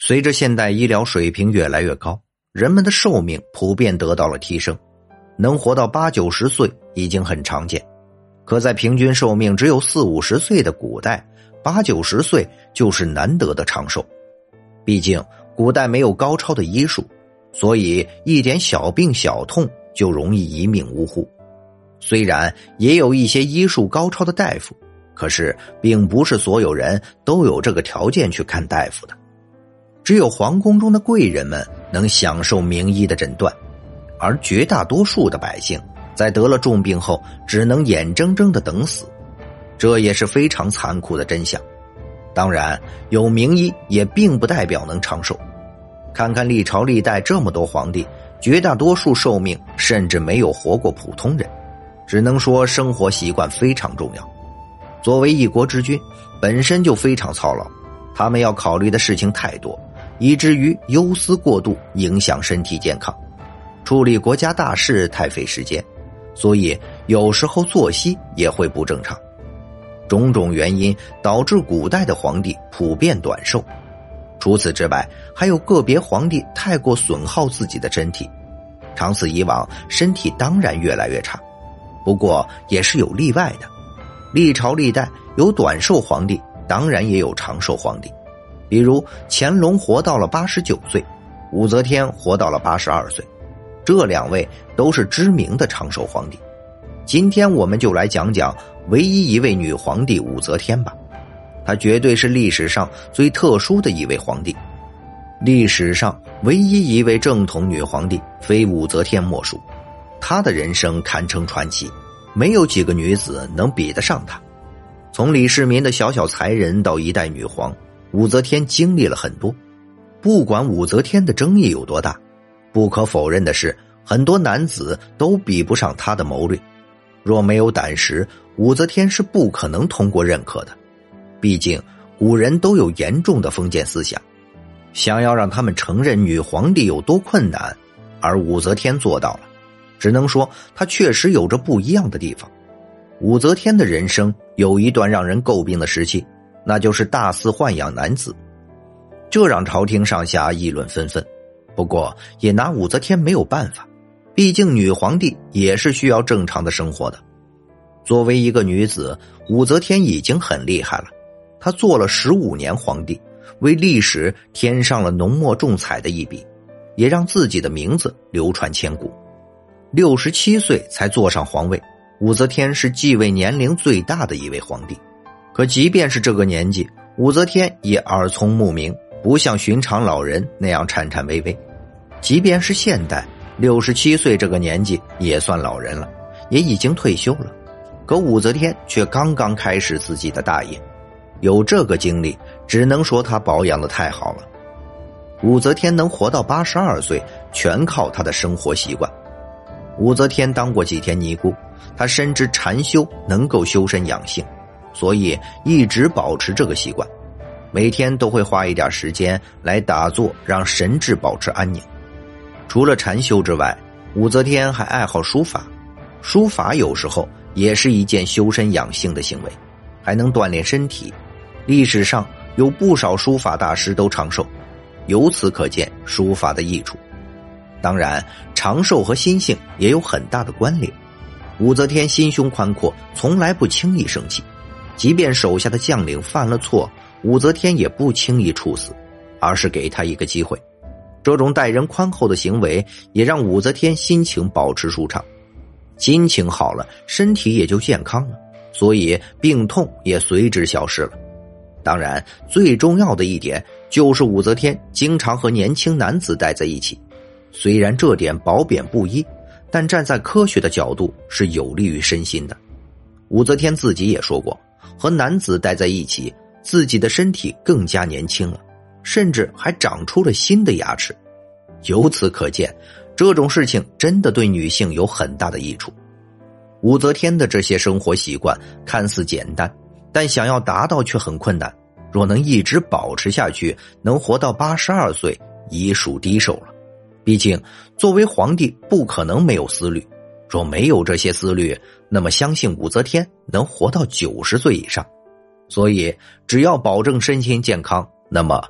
随着现代医疗水平越来越高，人们的寿命普遍得到了提升，能活到80-90岁已经很常见。可在平均寿命只有40-50岁的古代，80-90岁就是难得的长寿。毕竟古代没有高超的医术，所以一点小病小痛就容易一命呜呼。虽然也有一些医术高超的大夫，可是并不是所有人都有这个条件去看大夫的。只有皇宫中的贵人们能享受名医的诊断，而绝大多数的百姓在得了重病后只能眼睁睁地等死，这也是非常残酷的真相。当然，有名医也并不代表能长寿。看看历朝历代这么多皇帝，绝大多数寿命甚至没有活过普通人，只能说生活习惯非常重要。作为一国之君，本身就非常操劳，他们要考虑的事情太多，以至于忧思过度，影响身体健康。处理国家大事太费时间，所以有时候作息也会不正常。种种原因导致古代的皇帝普遍短寿。除此之外，还有个别皇帝太过损耗自己的身体，长此以往，身体当然越来越差。不过也是有例外的，历朝历代有短寿皇帝，当然也有长寿皇帝。比如乾隆活到了89岁，武则天活到了82岁，这两位都是知名的长寿皇帝。今天我们就来讲讲唯一一位女皇帝武则天吧，她绝对是历史上最特殊的一位皇帝。历史上唯一一位正统女皇帝非武则天莫属，她的人生堪称传奇，没有几个女子能比得上她。从李世民的小小才人到一代女皇，武则天经历了很多。不管武则天的争议有多大，不可否认的是，很多男子都比不上她的谋略。若没有胆识，武则天是不可能通过认可的。毕竟古人都有严重的封建思想，想要让他们承认女皇帝有多困难，而武则天做到了。只能说她确实有着不一样的地方。武则天的人生有一段让人诟病的时期，那就是大肆豢养男子，这让朝廷上下议论纷纷。不过也拿武则天没有办法，毕竟女皇帝也是需要正常的生活的。作为一个女子，武则天已经很厉害了，她做了15年皇帝，为历史添上了浓墨重彩的一笔，也让自己的名字流传千古。67岁才坐上皇位，武则天是继位年龄最大的一位皇帝。可即便是这个年纪，武则天也耳聪目明，不像寻常老人那样颤颤巍巍。即便是现代，67岁这个年纪也算老人了，也已经退休了。可武则天却刚刚开始自己的大业，有这个经历，只能说她保养得太好了。武则天能活到82岁，全靠她的生活习惯。武则天当过几天尼姑，她深知禅修能够修身养性，所以一直保持这个习惯，每天都会花一点时间来打坐，让神智保持安宁。除了禅修之外，武则天还爱好书法，书法有时候也是一件修身养性的行为，还能锻炼身体。历史上有不少书法大师都长寿，由此可见书法的益处。当然，长寿和心性也有很大的关联。武则天心胸宽阔，从来不轻易生气，即便手下的将领犯了错，武则天也不轻易处死，而是给他一个机会。这种待人宽厚的行为也让武则天心情保持舒畅，心情好了，身体也就健康了，所以病痛也随之消失了。当然，最重要的一点就是武则天经常和年轻男子待在一起，虽然这点褒贬不一，但站在科学的角度是有利于身心的。武则天自己也说过，和男子待在一起，自己的身体更加年轻了，甚至还长出了新的牙齿。由此可见，这种事情真的对女性有很大的益处。武则天的这些生活习惯看似简单，但想要达到却很困难。若能一直保持下去，能活到82岁已属低寿了。毕竟作为皇帝不可能没有思虑，若没有这些思虑，那么相信武则天能活到90岁以上。所以只要保证身心健康，那么长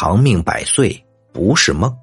长命百岁不是梦。